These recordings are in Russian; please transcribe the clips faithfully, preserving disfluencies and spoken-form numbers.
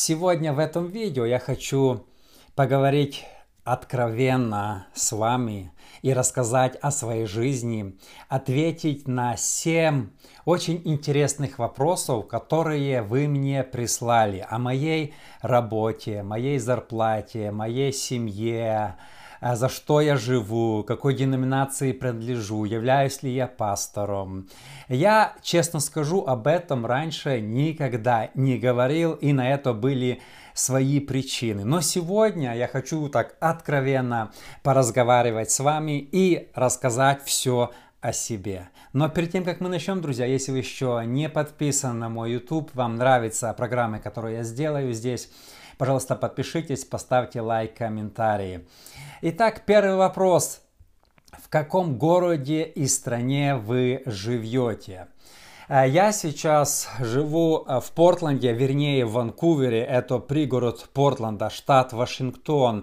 Сегодня в этом видео я хочу поговорить откровенно с вами и рассказать о своей жизни, ответить на семь очень интересных вопросов, которые вы мне прислали о моей работе, моей зарплате, моей семье, за что я живу, какой деноминации принадлежу, являюсь ли я пастором. Я, честно скажу, об этом раньше никогда не говорил, и на это были свои причины. Но сегодня я хочу так откровенно поразговаривать с вами и рассказать все о себе. Но перед тем, как мы начнем, друзья, если вы еще не подписаны на мой YouTube, вам нравятся программы, которые я сделаю здесь, пожалуйста, подпишитесь, поставьте лайк, комментарии. Итак, первый вопрос. В каком городе и стране вы живете? Я сейчас живу в Портленде, вернее в Ванкувере, это пригород Портленда, штат Вашингтон.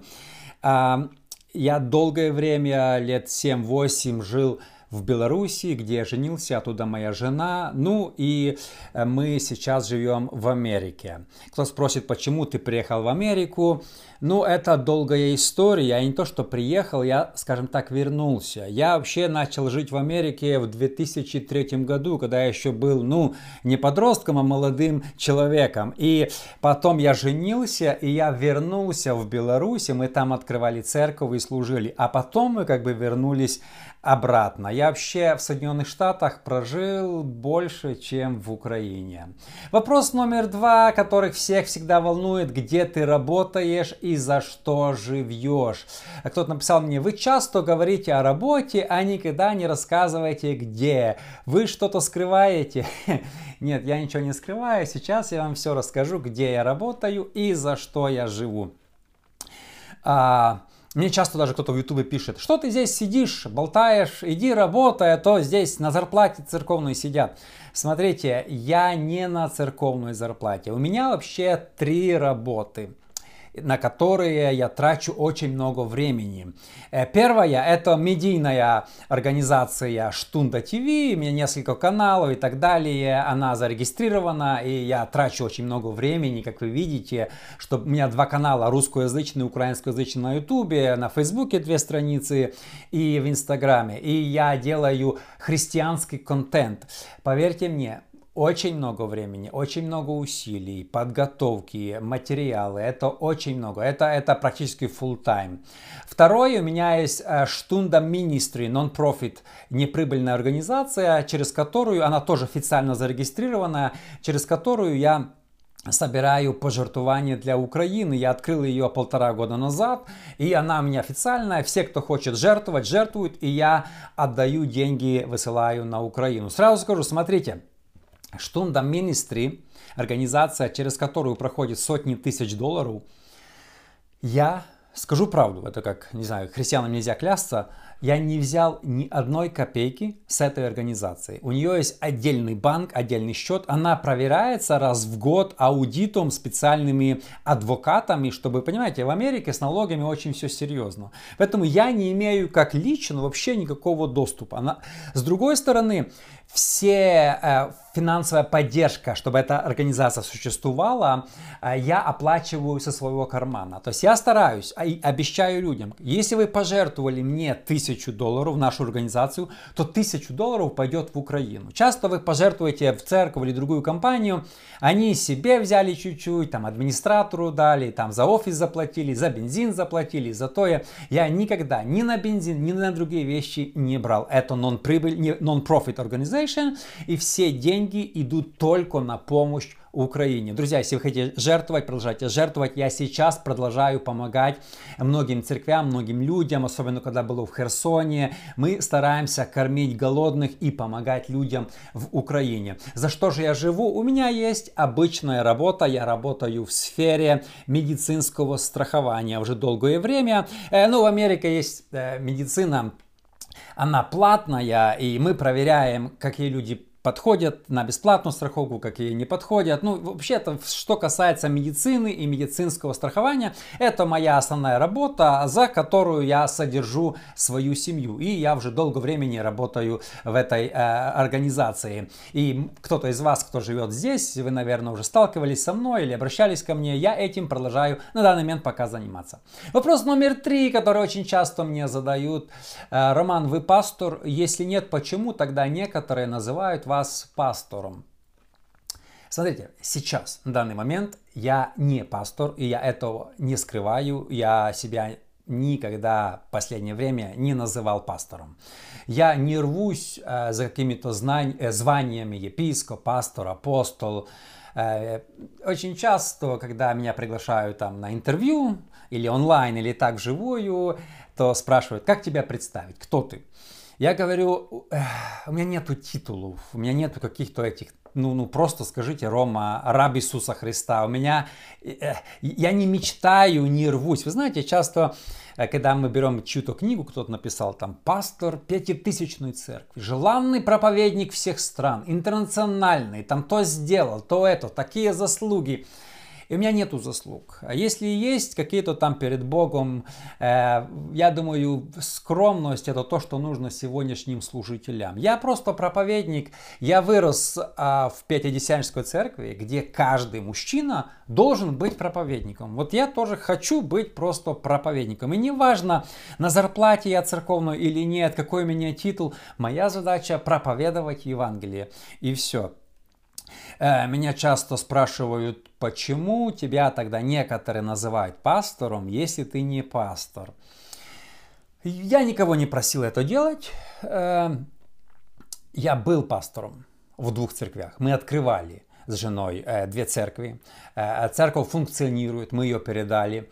Я долгое время, лет семь-восемь, жил в Беларуси, где я женился, оттуда моя жена, ну и мы сейчас живем в Америке. Кто спросит, почему ты приехал в Америку? Ну, это долгая история, я не то что приехал, я, скажем так, вернулся. Я вообще начал жить в Америке в две тысячи третьем году, когда я еще был, ну, не подростком, а молодым человеком. И потом я женился, и я вернулся в Беларусь, мы там открывали церковь и служили, а потом мы как бы вернулись обратно. Я вообще в Соединенных Штатах прожил больше, чем в Украине. Вопрос номер два, который всех всегда волнует: где ты работаешь и за что живешь? Кто-то написал мне: вы часто говорите о работе, а никогда не рассказываете где. Вы что-то скрываете? Нет, я ничего не скрываю. Сейчас я вам все расскажу, где я работаю и за что я живу. А... Мне часто даже кто-то в Ютубе пишет: что ты здесь сидишь, болтаешь, иди работай, а то здесь на зарплате церковной сидят. Смотрите, я не на церковной зарплате. У меня вообще три работы, на которые я трачу очень много времени. Первая — это медийная организация Штунда ТВ, у меня несколько каналов и так далее, она зарегистрирована, и я трачу очень много времени, как вы видите, что у меня два канала, русскоязычный и украинскоязычный на Ютубе, на Фейсбуке две страницы и в Инстаграме, и я делаю христианский контент. Поверьте мне, очень много времени, очень много усилий, подготовки, материалы. Это очень много. Это, это практически full time. Второе, у меня есть Штунда Ministry, non-profit, неприбыльная организация, через которую, она тоже официально зарегистрирована, через которую я собираю пожертвования для Украины. Я открыл ее полтора года назад, и она у меня официальная. Все, кто хочет жертвовать, жертвуют, и я отдаю деньги, высылаю на Украину. Сразу скажу, смотрите. Штунда Ministry, организация, через которую проходит сотни тысяч долларов, я скажу правду, это как, не знаю, христианам нельзя клясться, я не взял ни одной копейки с этой организации. У нее есть отдельный банк, отдельный счет, она проверяется раз в год аудитом, специальными адвокатами, чтобы, понимаете, в Америке с налогами очень все серьезно. Поэтому я не имею как лично вообще никакого доступа. Она... С другой стороны, все э, финансовая поддержка, чтобы эта организация существовала, э, я оплачиваю со своего кармана. То есть я стараюсь, и обещаю людям, если вы пожертвовали мне тысячу долларов в нашу организацию, то тысячу долларов пойдет в Украину. Часто вы пожертвуете в церковь или другую компанию, они себе взяли чуть-чуть, там администратору дали, там за офис заплатили, за бензин заплатили, за то я, я никогда ни на бензин, ни на другие вещи не брал. Это non-прибыль, non-profit organization, и все деньги идут только на помощь Украине. Друзья, если вы хотите жертвовать, продолжайте жертвовать. Я сейчас продолжаю помогать многим церквям, многим людям, особенно когда был в Херсоне. Мы стараемся кормить голодных и помогать людям в Украине. За что же я живу? У меня есть обычная работа. Я работаю в сфере медицинского страхования уже долгое время. Ну, в Америке есть медицина, она платная, и мы проверяем, какие люди подходят на бесплатную страховку, какие не подходят. Ну, вообще-то, что касается медицины и медицинского страхования, это моя основная работа, за которую я содержу свою семью. И я уже долго времени работаю в этой э, организации. И кто-то из вас, кто живет здесь, вы, наверное, уже сталкивались со мной или обращались ко мне, я этим продолжаю на данный момент пока заниматься. Вопрос номер три, который очень часто мне задают. Роман, вы пастор? Если нет, почему тогда некоторые называют вас пастором? Смотрите, сейчас, на данный момент, я не пастор, и я этого не скрываю. Я себя никогда в последнее время не называл пастором. Я не рвусь э, за какими-то знань, э, званиями епископ, пастор, апостол. Э, очень часто, когда меня приглашают там, на интервью, или онлайн, или так вживую, то спрашивают, как тебя представить, кто ты? Я говорю, у меня нету титулов, у меня нету каких-то этих, ну, ну просто скажите, Рома, раб Иисуса Христа. У меня, я не мечтаю, не рвусь. Вы знаете, часто, когда мы берем чью-то книгу, кто-то написал там, пастор пятитысячной церкви, желанный проповедник всех стран, интернациональный, там то сделал, то это, такие заслуги. И у меня нету заслуг. А если есть какие-то там перед Богом, э, я думаю, скромность это то, что нужно сегодняшним служителям. Я просто проповедник. Я вырос э, в Пятидесятнической церкви, где каждый мужчина должен быть проповедником. Вот я тоже хочу быть просто проповедником. И неважно, на зарплате я церковной или нет, какой у меня титул, моя задача проповедовать Евангелие. И все. Меня часто спрашивают, почему тебя тогда некоторые называют пастором, если ты не пастор. Я никого не просил это делать. Я был пастором в двух церквях. Мы открывали с женой две церкви. Церковь функционирует, мы ее передали.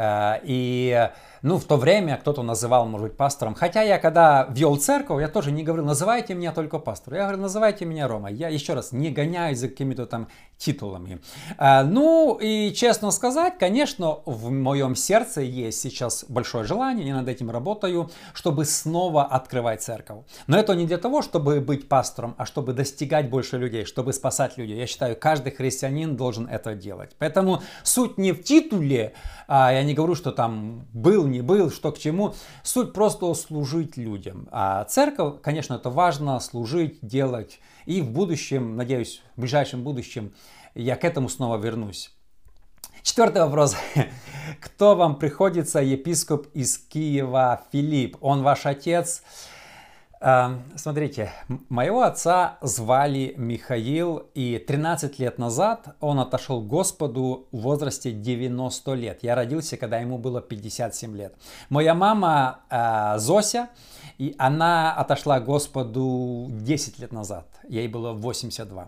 И ну, в то время кто-то называл, может быть, пастором. Хотя я, когда вел церковь, я тоже не говорил, называйте меня только пастором. Я говорю, называйте меня Рома. Я, еще раз, не гоняюсь за какими-то там титулами. А, ну, и честно сказать, конечно, в моем сердце есть сейчас большое желание, я над этим работаю, чтобы снова открывать церковь. Но это не для того, чтобы быть пастором, а чтобы достигать больше людей, чтобы спасать людей. Я считаю, каждый христианин должен это делать. Поэтому суть не в титуле, а я не говорю, что там был, не был, что к чему. Суть просто служить людям. А церковь, конечно, это важно, служить, делать. И в будущем, надеюсь, в ближайшем будущем я к этому снова вернусь. Четвертый вопрос. Кто вам приходится епископ из Киева Филипп? Он ваш отец? Смотрите, моего отца звали Михаил, и тринадцать лет назад он отошел к Господу в возрасте девяноста лет. Я родился, когда ему было пятьдесят семь лет. Моя мама э, Зося, и она отошла к Господу десять лет назад. Ей было восемьдесят два.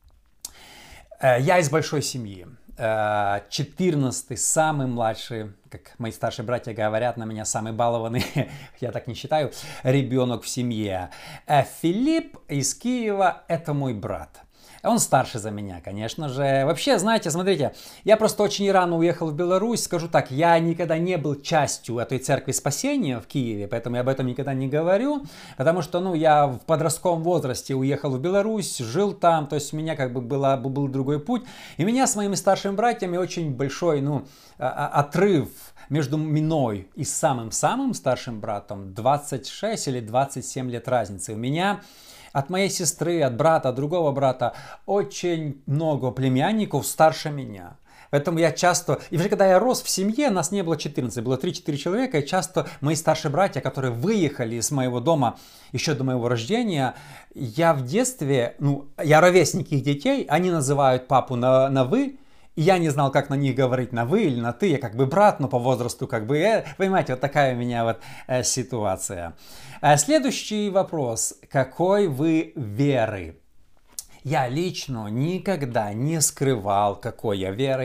Э, я из большой семьи. четырнадцатый, самый младший, как мои старшие братья говорят на меня, самый балованный, я так не считаю, ребенок в семье. Филипп из Киева – это мой брат. Он старше за меня, конечно же. Вообще, знаете, смотрите, я просто очень рано уехал в Беларусь. Скажу так, я никогда не был частью этой церкви спасения в Киеве, поэтому я об этом никогда не говорю. Потому что, ну, я в подростковом возрасте уехал в Беларусь, жил там, то есть у меня как бы была, был другой путь. И у меня с моими старшими братьями очень большой, ну, отрыв между мной и самым-самым старшим братом двадцать шесть или двадцать семь лет разницы. У меня от моей сестры, от брата, от другого брата очень много племянников старше меня. Поэтому я часто, и уже когда я рос в семье, нас не было четырнадцать, было три-четыре человека, и часто мои старшие братья, которые выехали из моего дома еще до моего рождения, я в детстве, ну, я ровесник их детей, они называют папу на, на «вы», и я не знал, как на них говорить, на «вы» или на «ты», я как бы брат, но по возрасту как бы, э, понимаете, вот такая у меня вот э, ситуация. А следующий вопрос. Какой вы веры? Я лично никогда не скрывал, какой я веры.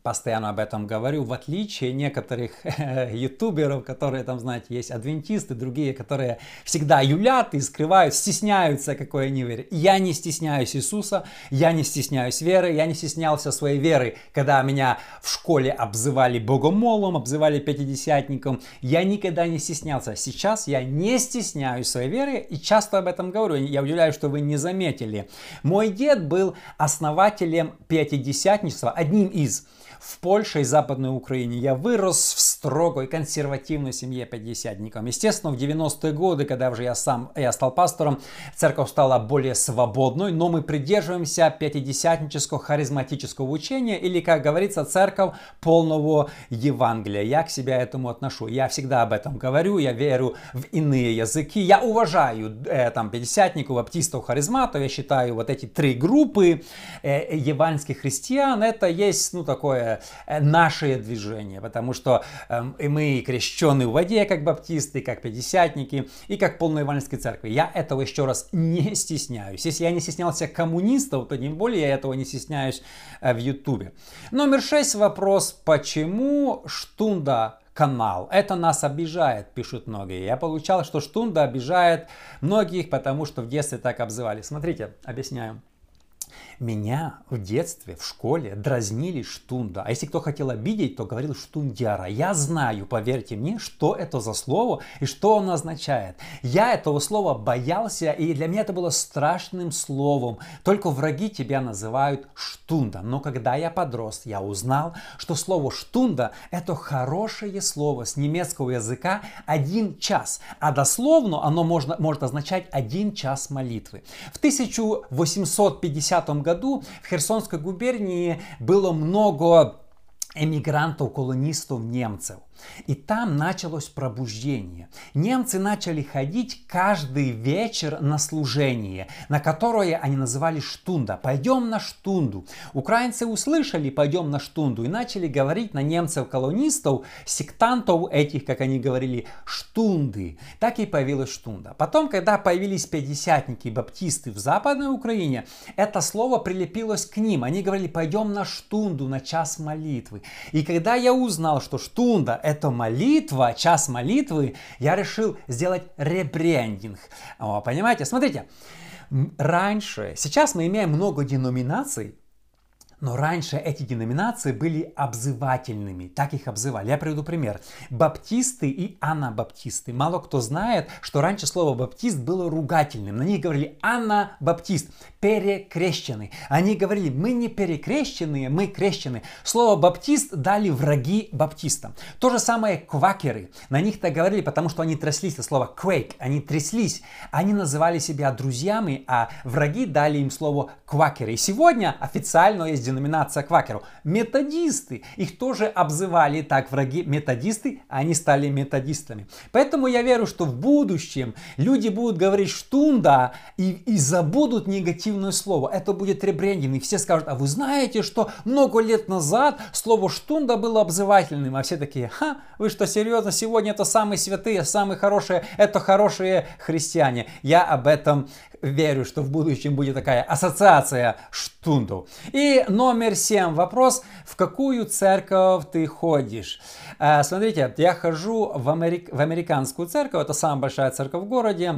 постоянно об этом говорю, в отличие некоторых ютуберов, которые там, знаете, есть адвентисты, другие, которые всегда юлят и скрывают, стесняются, какой они верят. Я не стесняюсь Иисуса, я не стесняюсь веры, я не стеснялся своей веры, когда меня в школе обзывали богомолом, обзывали пятидесятником, я никогда не стеснялся. Сейчас я не стесняюсь своей веры и часто об этом говорю. Я удивляюсь, что вы не заметили. Мой дед был основателем пятидесятничества, одним из. В Польше и Западной Украине я вырос в строгой консервативной семье пятидесятников. Естественно, в девяностые годы, когда уже я сам я стал пастором, церковь стала более свободной, но мы придерживаемся пятидесятнического харизматического учения, или, как говорится, церковь полного Евангелия. Я к себе этому отношу. Я всегда об этом говорю, я верю в иные языки. Я уважаю э, там, пятидесятников, баптистов, харизматов. Я считаю, вот эти три группы э, евангельских христиан, это есть, ну, такое наше движение, потому что э, мы крещены в воде, как баптисты, как пятидесятники и как полной евангельской церкви. Я этого еще раз не стесняюсь. Если я не стеснялся коммунистов, то тем более я этого не стесняюсь э, в Ютубе. Номер шесть вопрос. Почему Штунда канал? Это нас обижает, пишут многие. Я получал, что Штунда обижает многих, потому что в детстве так обзывали. Смотрите, объясняю. Меня в детстве, в школе дразнили Штунда. А если кто хотел обидеть, то говорил штундяра. Я знаю, поверьте мне, что это за слово и что оно означает. Я этого слова боялся, и для меня это было страшным словом. Только враги тебя называют Штунда. Но когда я подрос, я узнал, что слово Штунда – это хорошее слово с немецкого языка «один час». А дословно оно можно, может означать «один час молитвы». В тысяча восемьсот пятидесятом году в Херсонской губернии было много эмигрантов, колонистов, немцев. И там началось пробуждение. Немцы начали ходить каждый вечер на служение, на которое они называли штунда. Пойдем на штунду. Украинцы услышали «пойдем на штунду» и начали говорить на немцев-колонистов, сектантов этих, как они говорили, штунды. Так и появилась штунда. Потом, когда появились пятидесятники, баптисты в Западной Украине, это слово прилепилось к ним. Они говорили «пойдем на штунду, на час молитвы». И когда я узнал, что штунда – это молитва, час молитвы, я решил сделать ребрендинг. О, понимаете? Смотрите, раньше, сейчас мы имеем много деноминаций, но раньше эти деноминации были обзывательными, так их обзывали. Я приведу пример. Баптисты и анабаптисты. Мало кто знает, что раньше слово баптист было ругательным. На них говорили анабаптист, перекрещенный. Они говорили, мы не перекрещенные, мы крещены. Слово баптист дали враги баптистам. То же самое квакеры. На них так говорили, потому что они тряслись. Это слово quake, они тряслись. Они называли себя друзьями, а враги дали им слово квакеры. И сегодня официально есть деноминация квакеров. Методисты. Их тоже обзывали так враги методисты, а они стали методистами. Поэтому я верю, что в будущем люди будут говорить штунда и, и забудут негативное слово. Это будет ребрендинг. И все скажут, а вы знаете, что много лет назад слово штунда было обзывательным? А все такие, ха, вы что, серьезно? Сегодня это самые святые, самые хорошие, это хорошие христиане. Я об этом верю, что в будущем будет такая ассоциация штундов. И номер семь вопрос. В какую церковь ты ходишь? А, смотрите, я хожу в, америк... в американскую церковь. Это самая большая церковь в городе.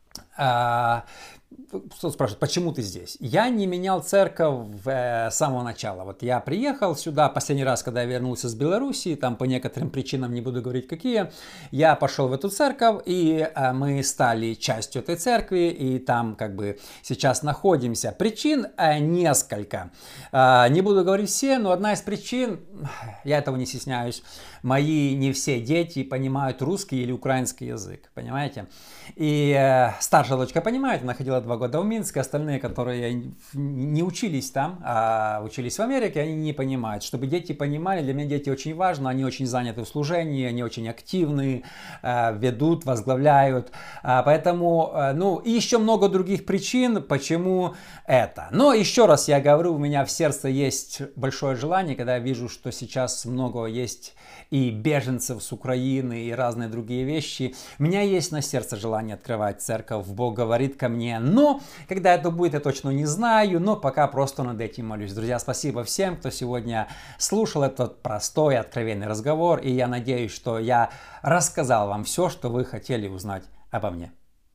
А, кто спрашивает, почему ты здесь? Я не менял церковь с самого начала. Вот я приехал сюда последний раз, когда я вернулся с Белоруссии, там по некоторым причинам, не буду говорить какие, я пошел в эту церковь, и а, мы стали частью этой церкви, и там как бы сейчас находимся. Причин а, несколько. А, не буду говорить все, но одна из причин, я этого не стесняюсь, мои не все дети понимают русский или украинский язык, понимаете? И э, старшая дочка понимает, она ходила два года в Минске, остальные, которые не учились там, а учились в Америке, они не понимают. Чтобы дети понимали, для меня дети очень важны, они очень заняты в служении, они очень активны, э, ведут, возглавляют. Э, поэтому, э, ну, и еще много других причин, почему это. Но еще раз я говорю, у меня в сердце есть большое желание, когда я вижу, что сейчас много есть и беженцев с Украины, и разные другие вещи. У меня есть на сердце желание открывать церковь. Бог говорит ко мне, Но когда это будет, я точно не знаю, но пока просто над этим молюсь. Друзья, спасибо всем, кто сегодня слушал этот простой, откровенный разговор, и я надеюсь, что я рассказал вам все, что вы хотели узнать обо мне.